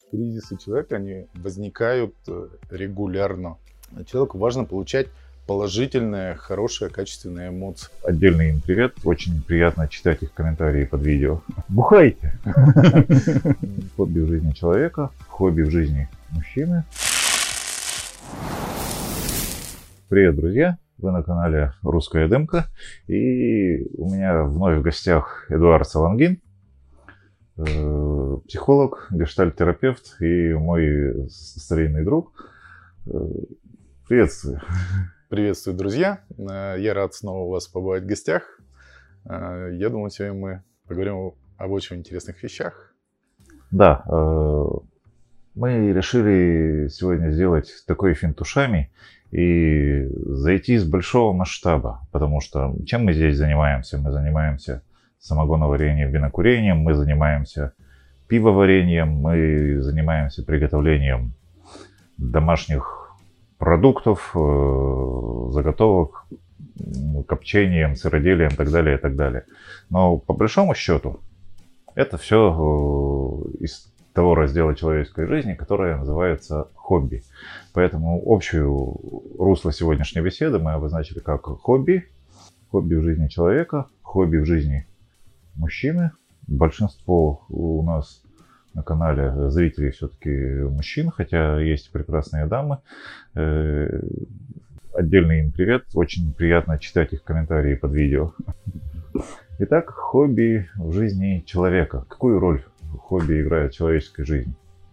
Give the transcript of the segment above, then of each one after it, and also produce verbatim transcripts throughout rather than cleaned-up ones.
Кризисы человека, они возникают регулярно. Человеку важно получать положительные, хорошие, качественные эмоции. Отдельный им привет. Очень приятно читать их комментарии под видео. Бухайте! Хобби в жизни человека, хобби в жизни мужчины. Привет, друзья! Вы на канале Русская Эдемка. И у меня вновь в гостях Эдуард Салангин, психолог, гештальт-терапевт и мой старинный друг. Приветствую. Приветствую, друзья. Я рад снова у вас побывать в гостях. Я думаю, сегодня мы поговорим об очень интересных вещах. Да, мы решили сегодня сделать такой финт ушами и зайти с большого масштаба, потому что чем мы здесь занимаемся? Мы занимаемся самогоноварением, винокурением, мы занимаемся пивоварением, мы занимаемся приготовлением домашних продуктов, заготовок, копчением, сыроделием и так далее, и так далее. Но по большому счету это все из того раздела человеческой жизни, которое называется хобби. Поэтому общую русло сегодняшней беседы мы обозначили как хобби, хобби в жизни человека, хобби в жизни мужчины. Большинство у нас на канале зрителей все-таки мужчин, хотя есть прекрасные дамы. Отдельный им привет. Очень приятно читать их комментарии под видео. Итак, хобби в жизни человека. Какую роль хобби играет в человеческой жизни?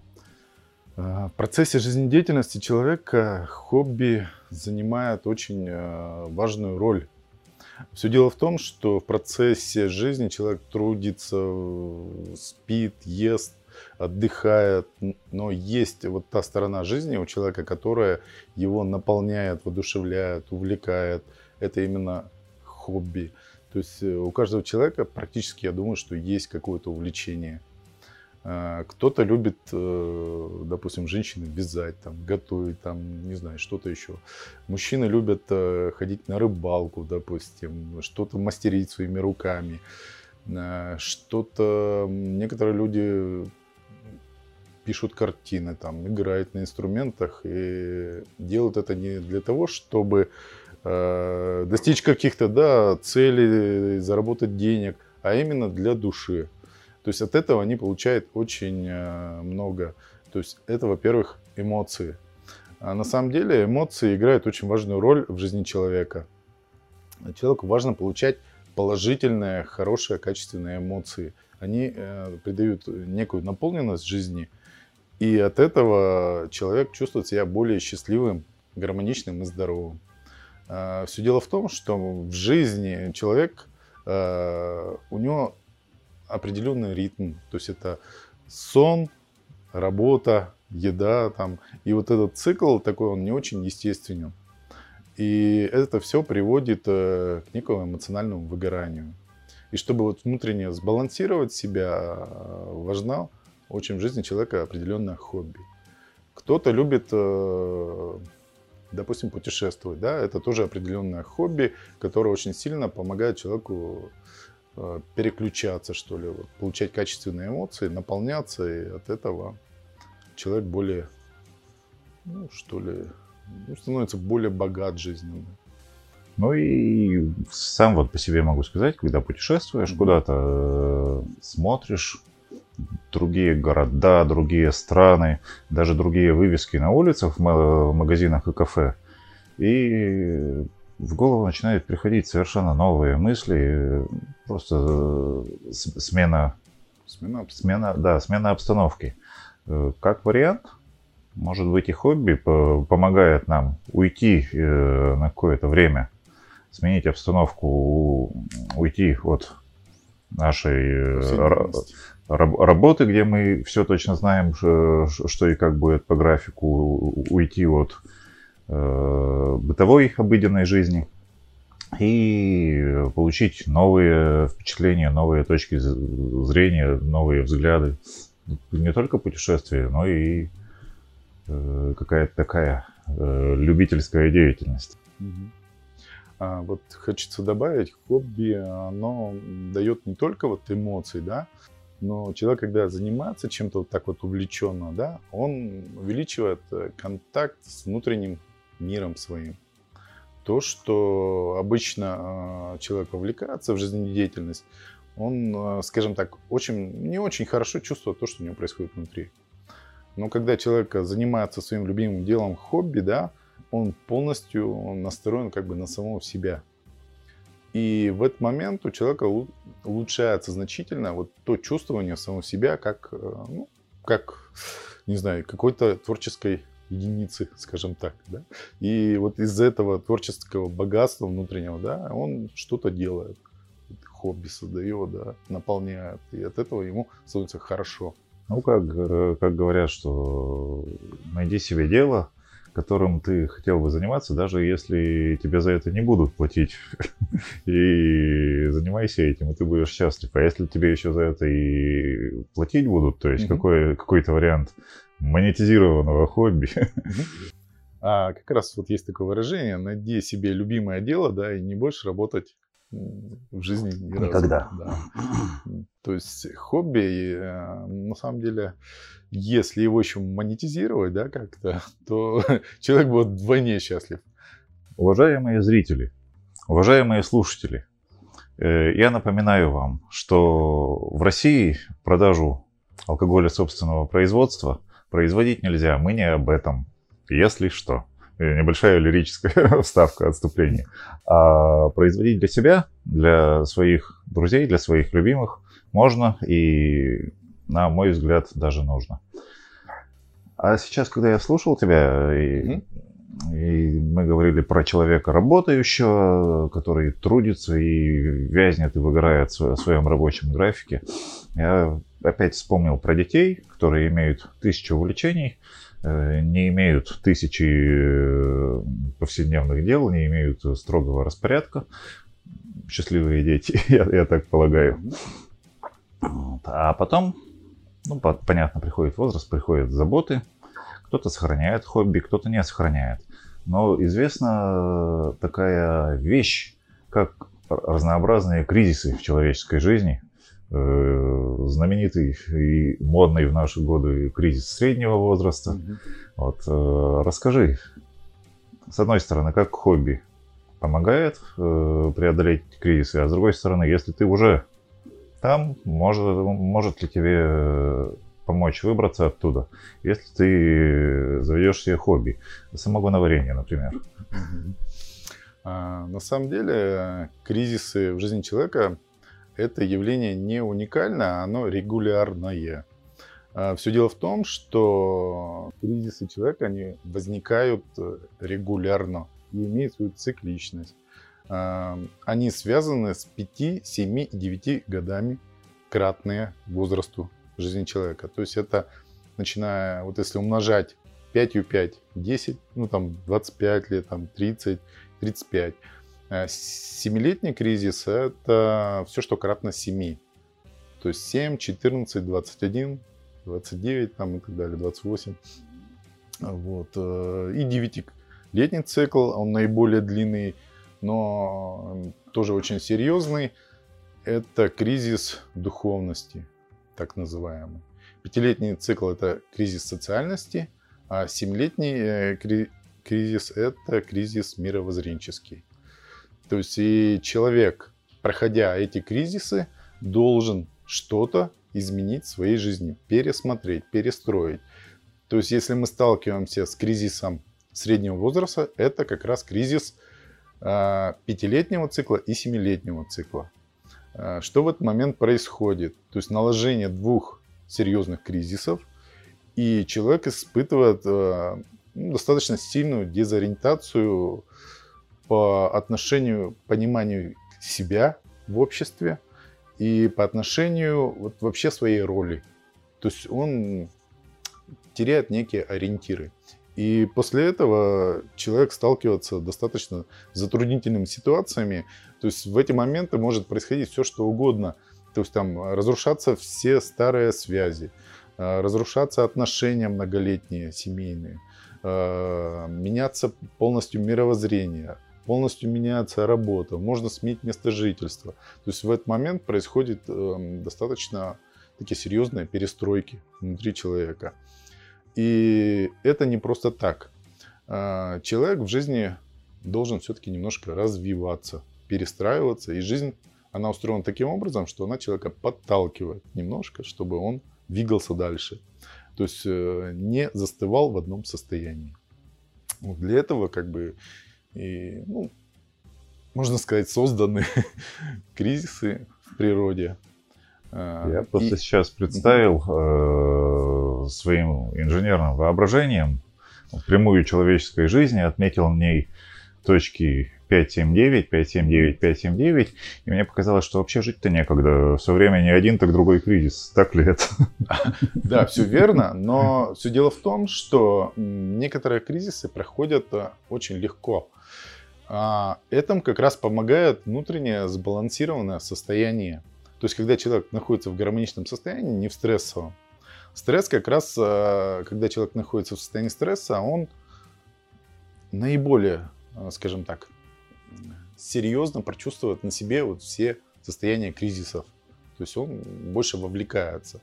В процессе жизнедеятельности человека хобби занимает очень важную роль. Все дело в том, что в процессе жизни человек трудится, спит, ест, отдыхает, но есть вот та сторона жизни у человека, которая его наполняет, воодушевляет, увлекает. Это именно хобби. То есть у каждого человека практически, я думаю, что есть какое-то увлечение. Кто-то любит, допустим, женщины вязать, там, готовить, там, не знаю, что-то еще. Мужчины любят ходить на рыбалку, допустим, что-то мастерить своими руками. Что-то... Некоторые люди пишут картины, там, играют на инструментах и делают это не для того, чтобы достичь каких-то, да, целей, заработать денег, а именно для души. То есть от этого они получают очень много. То есть это, во-первых, эмоции. А на самом деле эмоции играют очень важную роль в жизни человека. Человеку важно получать положительные, хорошие, качественные эмоции. Они придают некую наполненность жизни. И от этого человек чувствует себя более счастливым, гармоничным и здоровым. Все дело в том, что в жизни человек, у него определенный ритм, то есть это сон, работа, еда, там, и вот этот цикл такой, он не очень естественен. И это все приводит к некому эмоциональному выгоранию. И чтобы вот внутренне сбалансировать себя, важно очень в жизни человека определенное хобби. Кто-то любит, допустим, путешествовать, да, это тоже определенное хобби, которое очень сильно помогает человеку переключаться, что ли, вот, получать качественные эмоции, наполняться, и от этого человек более, ну, что ли, ну, становится более богат жизненно. Ну и сам вот по себе могу сказать, когда путешествуешь, mm-hmm. куда-то э, смотришь другие города, другие страны, даже другие вывески на улицах, в магазинах и кафе, и в голову начинают приходить совершенно новые мысли, просто смена, смена, смена, да, смена обстановки. Как вариант, может быть, и хобби помогает нам уйти на какое-то время, сменить обстановку, уйти от нашей работы, где мы все точно знаем, что и как будет по графику, уйти от бытовой обыденной жизни и получить новые впечатления, новые точки зрения, новые взгляды. Не только путешествия, но и какая-то такая любительская деятельность. А вот хочется добавить, хобби, оно дает не только вот эмоции, да, Но человек, когда занимается чем-то вот так вот увлеченно, да, он увеличивает контакт с внутренним миром своим. То, что обычно человек вовлекается в жизнедеятельность, он, скажем так, очень, не очень хорошо чувствует то, что у него происходит внутри. Но когда человек занимается своим любимым делом, хобби, да, он полностью настроен как бы на самого себя. И в этот момент у человека улучшается значительно вот то чувствование самого себя как, ну, как, не знаю, какой-то творческой единицы, скажем так, да. И вот из-за этого творческого богатства внутреннего, да, он что-то делает, хобби создает, да, наполняет, и от этого ему становится хорошо. Ну, как, как говорят, что найди себе дело, которым ты хотел бы заниматься, даже если тебе за это не будут платить. И занимайся этим, и ты будешь счастлив. А если тебе еще за это и платить будут, то есть какой, какой-то вариант монетизированного хобби. А как раз вот есть такое выражение: найди себе любимое дело, да, и не больше работать в жизни ни разу. Никогда. Да. То есть хобби, на самом деле, если его еще монетизировать, да, как-то, то человек будет вдвойне счастлив. Уважаемые зрители, уважаемые слушатели, я напоминаю вам, что в России продажу алкоголя собственного производства производить нельзя. Мы не об этом, если что. Небольшая лирическая вставка, отступление. А производить для себя, для своих друзей, для своих любимых можно и, на мой взгляд, даже нужно. А сейчас, когда я слушал тебя, и, и мы говорили про человека работающего, который трудится и вязнет и выгорает в своем рабочем графике, я опять вспомнил про детей, которые имеют тысячу увлечений, не имеют тысячи повседневных дел, не имеют строгого распорядка. Счастливые дети, я, я так полагаю. А потом, ну, понятно, приходит возраст, приходят заботы. Кто-то сохраняет хобби, кто-то не сохраняет. Но известна такая вещь, как разнообразные кризисы в человеческой жизни. Знаменитый и модный в наши годы кризис среднего возраста. Mm-hmm. Вот, расскажи, с одной стороны, как хобби помогает преодолеть кризисы, а с другой стороны, если ты уже там, может, может ли тебе помочь выбраться оттуда, если ты заведешь себе хобби, самогоноварение, например. Mm-hmm. А, на самом деле, кризисы в жизни человека — это явление не уникальное, оно регулярное. Все дело в том, что кризисы человека, они возникают регулярно и имеют свою цикличность. Они связаны с пяти, семи и девяти годами, кратные возрасту жизни человека. То есть это, начиная, вот если умножать пятью пять, десять, ну там двадцать пять лет, там тридцать, тридцать пять. Семилетний кризис — это все, что кратно семи. То есть семь, четырнадцать, двадцать один, двадцать девять там, и так далее, двадцать восемь. Вот. И девятилетний цикл, он наиболее длинный, но тоже очень серьезный. Это кризис духовности, так называемый. Пятилетний цикл — это кризис социальности, а семилетний кризис — это кризис мировоззренческий. То есть и человек, проходя эти кризисы, должен что-то изменить в своей жизни, пересмотреть, перестроить. То есть если мы сталкиваемся с кризисом среднего возраста, это как раз кризис э, пятилетнего цикла и семилетнего цикла. Э, что в этот момент происходит? То есть наложение двух серьезных кризисов, и человек испытывает э, ну, достаточно сильную дезориентацию по отношению к пониманию себя в обществе и по отношению вот вообще своей роли. То есть он теряет некие ориентиры. И после этого человек сталкивается с достаточно затруднительными ситуациями. То есть в эти моменты может происходить все, что угодно. То есть там разрушаться все старые связи, разрушаться отношения многолетние, семейные, меняться полностью мировоззрение, полностью меняется работа, можно сменить место жительства. То есть в этот момент происходит достаточно такие серьезные перестройки внутри человека. И это не просто так. Человек в жизни должен все-таки немножко развиваться, перестраиваться. И жизнь, она устроена таким образом, что она человека подталкивает немножко, чтобы он двигался дальше. То есть не застывал в одном состоянии. Вот для этого, как бы, и, ну, можно сказать, созданы кризисы в природе. Я и... просто сейчас представил э, своим инженерным воображением прямую человеческой жизни, отметил в ней точки пять семь девять, пять семь девять, пять семь девять, и мне показалось, что вообще жить-то некогда. Все время не один, так другой кризис. Так ли это? Да, все верно, но все дело в том, что некоторые кризисы проходят очень легко. Этому как раз помогает внутреннее сбалансированное состояние. То есть, когда человек находится в гармоничном состоянии, не в стрессовом. Стресс как раз, когда человек находится в состоянии стресса, он наиболее, скажем так, серьезно прочувствует на себе вот все состояния кризисов. То есть он больше вовлекается.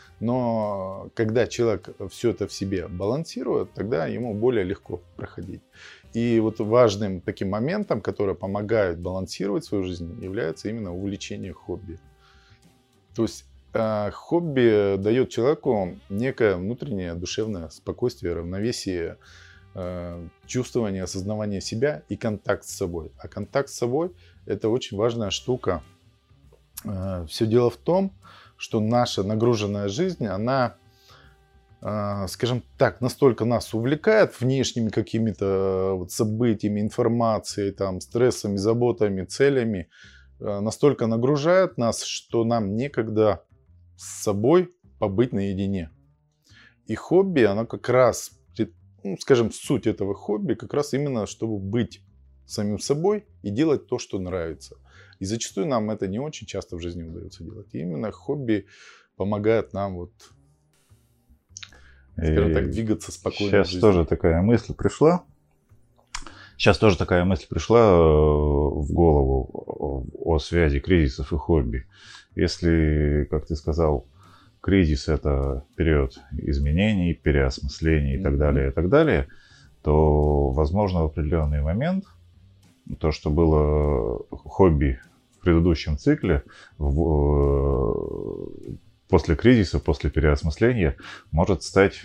Но когда человек все это в себе балансирует, тогда ему более легко проходить. И вот важным таким моментом, который помогает балансировать свою жизнь, является именно увлечение хобби. То есть э, хобби дает человеку некое внутреннее душевное спокойствие, равновесие, э, чувствование, осознавание себя и контакт с собой. А контакт с собой – это очень важная штука. Э, все дело в том, что наша нагруженная жизнь, она, э, скажем так, настолько нас увлекает внешними какими-то вот событиями, информацией, там, стрессами, заботами, целями, настолько нагружает нас, что нам некогда с собой побыть наедине. И хобби, оно как раз, ну, скажем, суть этого хобби как раз именно, чтобы быть самим собой и делать то, что нравится. И зачастую нам это не очень часто в жизни удается делать. И именно хобби помогает нам вот, скажем так, двигаться спокойно. Сейчас тоже такая мысль пришла. Сейчас тоже такая мысль пришла в голову о связи кризисов и хобби. Если, как ты сказал, кризис – это период изменений, переосмыслений и так далее, и так далее, то, возможно, в определенный момент то, что было хобби в предыдущем цикле, в, после кризиса, после переосмысления, может стать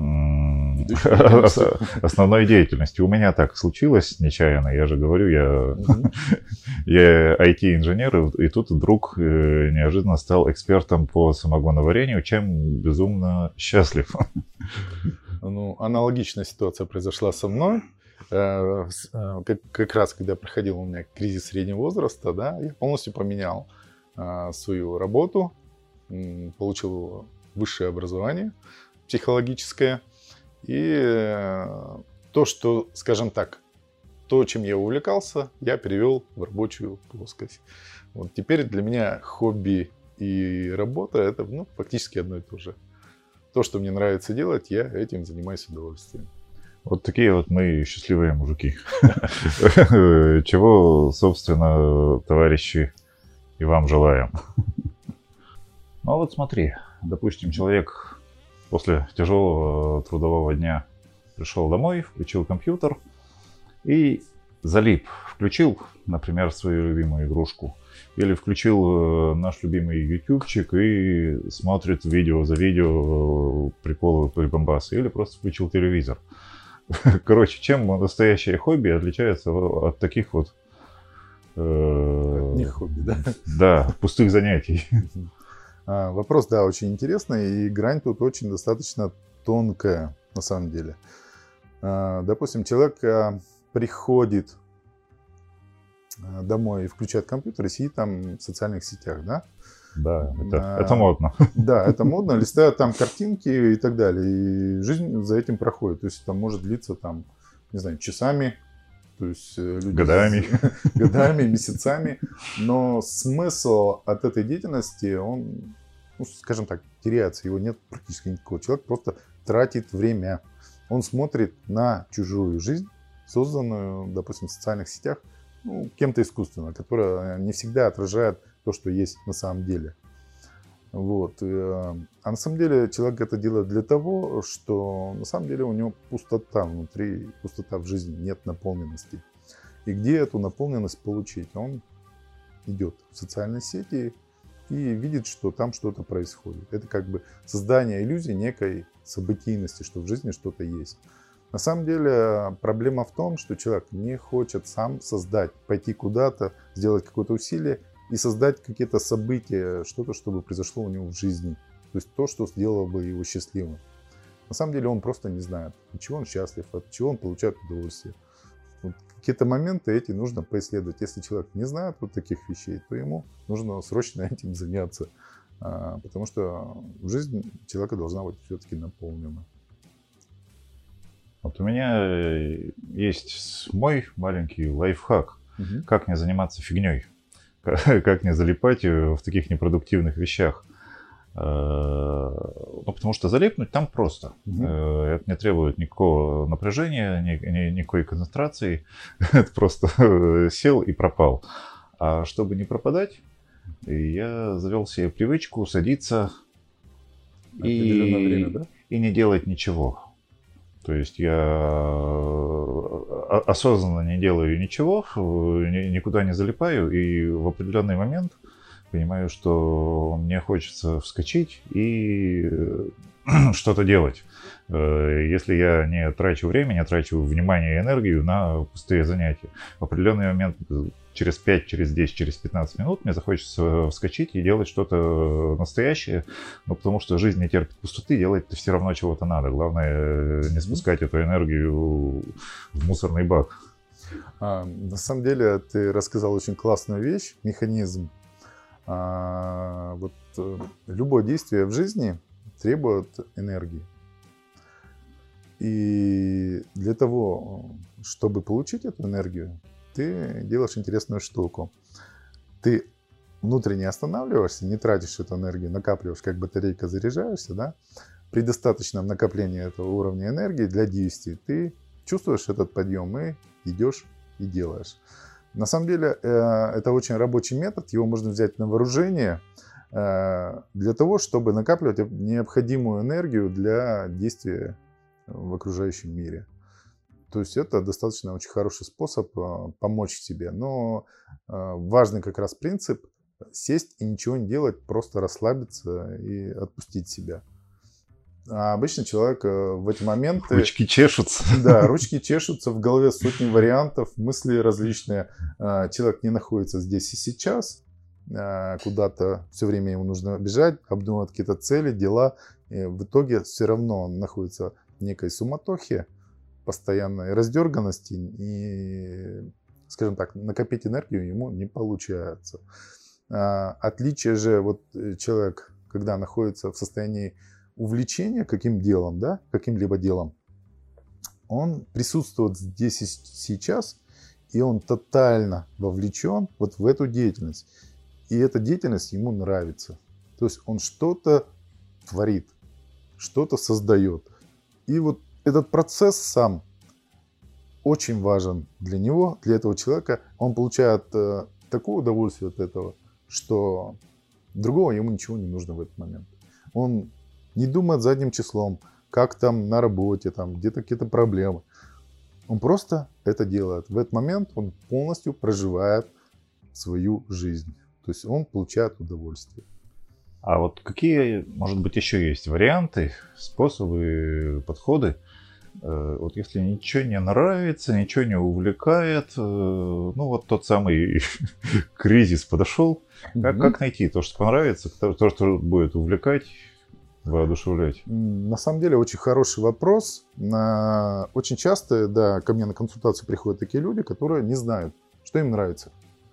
основной деятельностью. У меня так случилось нечаянно, я же говорю, я, mm-hmm. я ай ти-инженер, и тут вдруг неожиданно стал экспертом по самогоноварению, чем безумно счастлив. Ну, аналогичная ситуация произошла со мной. Как, как раз, когда проходил у меня кризис среднего возраста, да, я полностью поменял свою работу, получил высшее образование психологическое. И то, что, скажем так, то, чем я увлекался, я перевел в рабочую плоскость. Вот теперь для меня хобби и работа – это, ну, фактически одно и то же. То, что мне нравится делать, я этим занимаюсь с удовольствием. Вот такие вот мы счастливые мужики. Чего, собственно, товарищи, и вам желаем. Ну а вот смотри, допустим, человек после тяжелого трудового дня пришел домой, включил компьютер и залип. Включил, например, свою любимую игрушку. Или включил наш любимый ютубчик и смотрит видео за видео, приколы, прибамбасы. Или просто включил телевизор. Короче, чем настоящее хобби отличается от таких вот... Не хобби, да? Да, пустых занятий. Вопрос, да, очень интересный, и грань тут очень достаточно тонкая, на самом деле. Допустим, человек приходит домой и включает компьютер и сидит там в социальных сетях, да? Да, это, а, это модно. Да, это модно, листают там картинки и так далее, и жизнь за этим проходит, то есть это может длиться там, не знаю, часами, то есть люди годами. годами, месяцами, но смысл от этой деятельности, он, ну, скажем так, теряется, его нет практически никакого. Человек просто тратит время. Он смотрит на чужую жизнь, созданную, допустим, в социальных сетях, ну, кем-то искусственно, которая не всегда отражает то, что есть на самом деле. Вот. А на самом деле человек это делает для того, что на самом деле у него пустота внутри, пустота в жизни, нет наполненности. И где эту наполненность получить? Он идет в социальные сети и видит, что там что-то происходит. Это как бы создание иллюзии некой событийности, что в жизни что-то есть. На самом деле проблема в том, что человек не хочет сам создать, пойти куда-то, сделать какое-то усилие и создать какие-то события, что-то, чтобы произошло у него в жизни. То есть то, что сделало бы его счастливым. На самом деле он просто не знает, от чего он счастлив, от чего он получает удовольствие. Вот какие-то моменты эти нужно поисследовать. Если человек не знает вот таких вещей, то ему нужно срочно этим заняться. Потому что жизнь человека должна быть все-таки наполнена. Вот у меня есть мой маленький лайфхак. Угу. Как не заниматься фигней. Как не залипать в таких непродуктивных вещах. Ну, потому что залипнуть там просто. Угу. Это не требует никакого напряжения, ни, ни, никакой концентрации. Это просто сел и пропал. А чтобы не пропадать, я завел себе привычку садиться и, время, да? и не делать ничего. То есть я осознанно не делаю ничего, никуда не залипаю, и в определенный момент понимаю, что мне хочется вскочить и что-то делать. Если я не трачу время, не трачу внимание и энергию на пустые занятия. В определенный момент, через пять, через десять, через пятнадцать минут мне захочется вскочить и делать что-то настоящее, ну, потому что жизнь не терпит пустоты, делать-то все равно чего-то надо. Главное не спускать эту энергию в мусорный бак. А, на самом деле ты рассказал очень классную вещь, механизм. А, вот любое действие в жизни требует энергии. И для того, чтобы получить эту энергию, ты делаешь интересную штуку. Ты внутренне останавливаешься, не тратишь эту энергию, накапливаешь, как батарейка, заряжаешься, да? При достаточном накоплении этого уровня энергии для действий ты чувствуешь этот подъем и идешь и делаешь. На самом деле это очень рабочий метод, его можно взять на вооружение для того, чтобы накапливать необходимую энергию для действия в окружающем мире. То есть это достаточно очень хороший способ помочь себе. Но важный как раз принцип – сесть и ничего не делать, просто расслабиться и отпустить себя. А обычно человек в эти моменты... Ручки чешутся. Да, ручки чешутся, в голове сотни вариантов, мысли различные. Человек не находится здесь и сейчас, куда-то все время ему нужно бежать, обдумывать какие-то цели, дела. И в итоге все равно он находится в некой суматохе, постоянной раздерганности, и, скажем так, накопить энергию ему не получается. Отличие же, вот человек, когда находится в состоянии увлечения каким делом, да, каким-либо делом, он присутствует здесь и сейчас, и он тотально вовлечен вот в эту деятельность. И эта деятельность ему нравится. То есть он что-то творит, что-то создает. И вот этот процесс сам очень важен для него, для этого человека. Он получает э, такое удовольствие от этого, что другого ему ничего не нужно в этот момент. Он не думает задним числом, как там на работе, там где-то какие-то проблемы. Он просто это делает. В этот момент он полностью проживает свою жизнь. То есть он получает удовольствие. А вот какие, может быть, еще есть варианты, способы, подходы? Вот если ничего не нравится, ничего не увлекает, ну вот тот самый кризис подошел, mm-hmm. как, как найти то, что понравится, то, то, что будет увлекать, воодушевлять? На самом деле очень хороший вопрос. Очень часто, да, ко мне на консультацию приходят такие люди, которые не знают, что им нравится.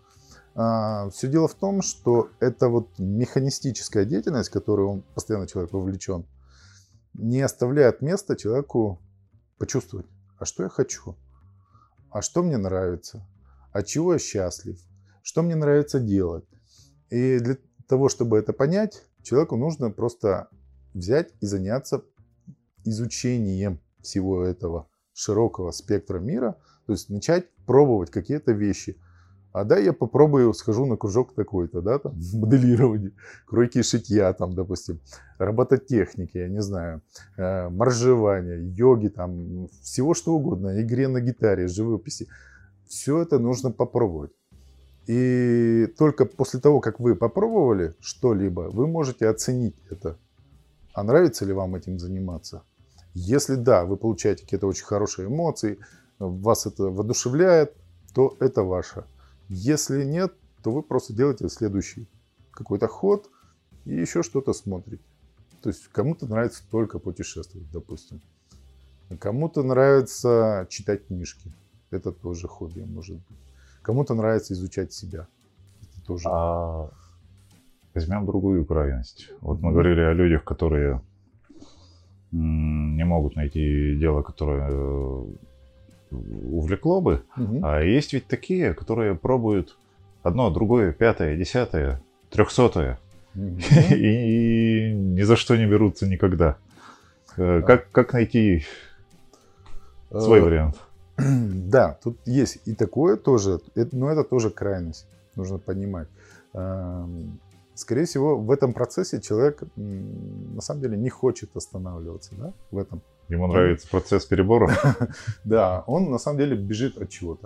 Все дело в том, что это вот механистическая деятельность, в которую он постоянно человек вовлечен, не оставляет места человеку почувствовать, а что я хочу, а что мне нравится, от чего я счастлив, что мне нравится делать. И для того, чтобы это понять, человеку нужно просто взять и заняться изучением всего этого широкого спектра мира, то есть начать пробовать какие-то вещи. А дай я попробую, схожу на кружок такой-то, да, там, моделирование, кройки шитья, там, допустим, робототехники, я не знаю, э, моржевания, йоги, там, всего что угодно, игре на гитаре, живописи. Все это нужно попробовать. И только после того, как вы попробовали что-либо, вы можете оценить это. А нравится ли вам этим заниматься? Если да, вы получаете какие-то очень хорошие эмоции, вас это воодушевляет, то это ваше. Если нет, то вы просто делаете следующий какой-то ход и еще что-то смотрите. То есть кому-то нравится только путешествовать, допустим. Кому-то нравится читать книжки. Это тоже хобби, может быть. Кому-то нравится изучать себя. Это тоже. А возьмем другую крайность. Вот мы Мгм. говорили о людях, которые м, не могут найти дело, которое э, увлекло бы. Мгм. А есть ведь такие, которые пробуют одно, другое, пятое, десятое, трехсотое. Мгм. И ни за что не берутся никогда. Э, Как, как найти свой Э, вариант? Да, тут есть и такое тоже, это- но это тоже крайность, нужно понимать. Эм, Скорее всего, в этом процессе человек м, на самом деле не хочет останавливаться, да, в этом. Ему нравится процесс перебора? Да, он на самом деле бежит от чего-то.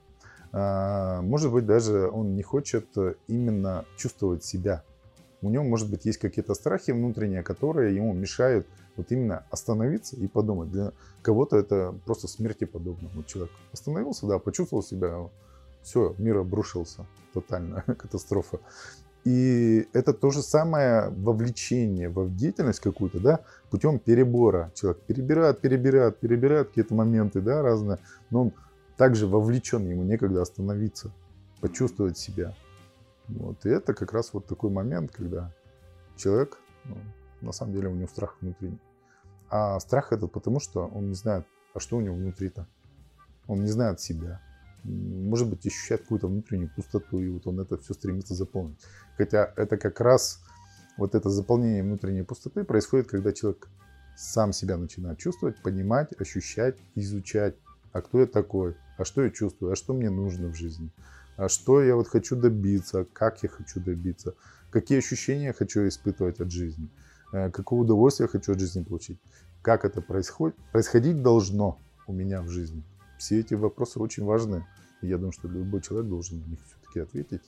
А, Может быть, даже он не хочет э, именно чувствовать себя. У него, может быть, есть какие-то страхи внутренние, которые ему мешают вот именно остановиться и подумать. Для кого-то это просто смерти подобно. Вот человек остановился, да, почувствовал себя, все, мир обрушился, тотальная катастрофа. И это то же самое вовлечение в деятельность какую-то, да, путем перебора. Человек перебирает, перебирает, перебирает какие-то моменты, да, разные, но он также вовлечен, ему некогда остановиться, почувствовать себя. Вот. И это как раз вот такой момент, когда человек, ну, на самом деле у него страх внутренний. А страх это потому, что он не знает, а что у него внутри-то. Он не знает себя. М, Может быть, ощущает какую-то внутреннюю пустоту, и вот он это все стремится заполнить. Хотя это как раз вот это заполнение внутренней пустоты происходит, когда человек сам себя начинает чувствовать, понимать, ощущать, изучать. А кто я такой? А что я чувствую? А что мне нужно в жизни? А что я вот хочу добиться? Как я хочу добиться? Какие ощущения я хочу испытывать от жизни? Э, Какое удовольствие я хочу от жизни получить? Как это происходит? Происходить должно у меня в жизни. Все эти вопросы очень важны. И я думаю, что любой человек должен на них все-таки ответить.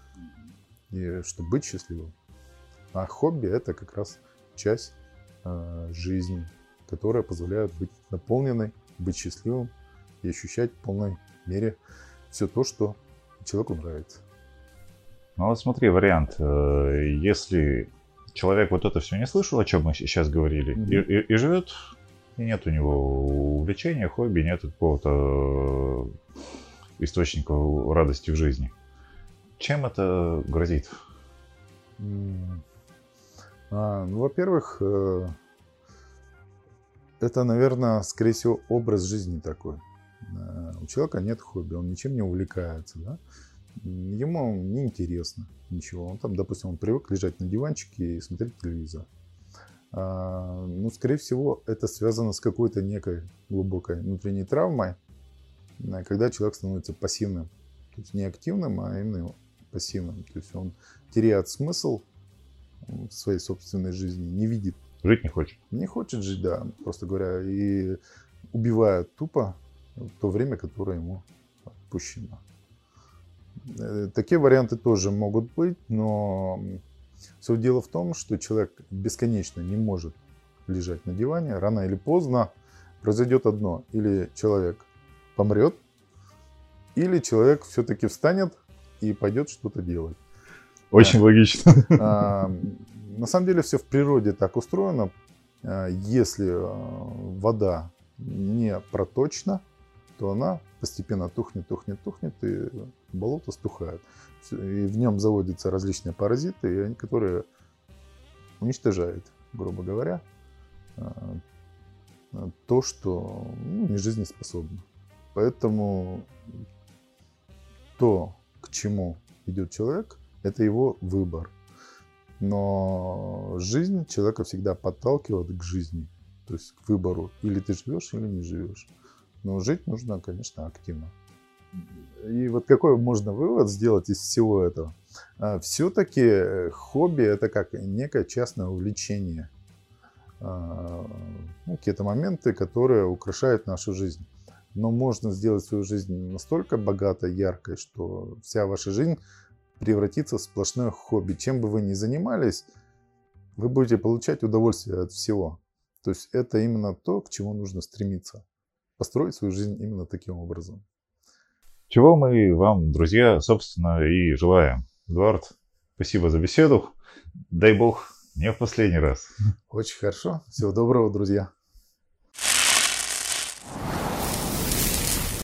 И чтобы быть счастливым. А хобби – это как раз часть э, жизни, которая позволяет быть наполненной, быть счастливым и ощущать в полной мере все то, что человеку нравится. Ну вот смотри, вариант. Э, Если человек вот это все не слышал, о чем мы сейчас говорили, Мгм. и, и- и живет, и нет у него увлечения, хобби, нет какого-то э, источника радости в жизни. Чем это грозит? М, а, ну, во-первых, э, это, наверное, скорее всего, образ жизни такой. Э, У человека нет хобби, он ничем не увлекается, да? М, Ему не интересно ничего. Он там, допустим, он привык лежать на диванчике и смотреть телевизор. А, Ну, скорее всего, это связано с какой-то некой глубокой внутренней травмой, э, когда человек становится пассивным. То есть не активным, а именно пассивным. То есть он теряет смысл в своей собственной жизни, не видит, Жить не хочет. не хочет жить, да, просто говоря, и убивает тупо то время, которое ему отпущено. Э, Такие варианты тоже могут быть, но все дело в том, что человек бесконечно не может лежать на диване. Рано или поздно произойдет одно. Или человек помрет, или человек все-таки встанет и пойдет что-то делать. Очень логично. А, На самом деле все в природе так устроено. А, Если а, вода не проточна, то она постепенно тухнет, тухнет, тухнет, и болото стухает. Всё, и в нем заводятся различные паразиты, и они- которые уничтожают, грубо говоря, а, а, то, что ну, не жизнеспособно. Поэтому то, к чему идет человек, это его выбор. Но жизнь человека всегда подталкивает к жизни, то есть к выбору. Или ты живешь, или не живешь. Но жить нужно, конечно, активно. И вот какой можно вывод сделать из всего этого? Все-таки хобби – это как некое частное увлечение. Ну, какие-то моменты, которые украшают нашу жизнь. Но можно сделать свою жизнь настолько богатой, яркой, что вся ваша жизнь превратится в сплошное хобби. Чем бы вы ни занимались, вы будете получать удовольствие от всего. То есть это именно то, к чему нужно стремиться. Построить свою жизнь именно таким образом. Чего мы вам, друзья, собственно, и желаем. Эдуард, спасибо за беседу. Дай бог, не в последний раз. Очень хорошо. Всего доброго, друзья.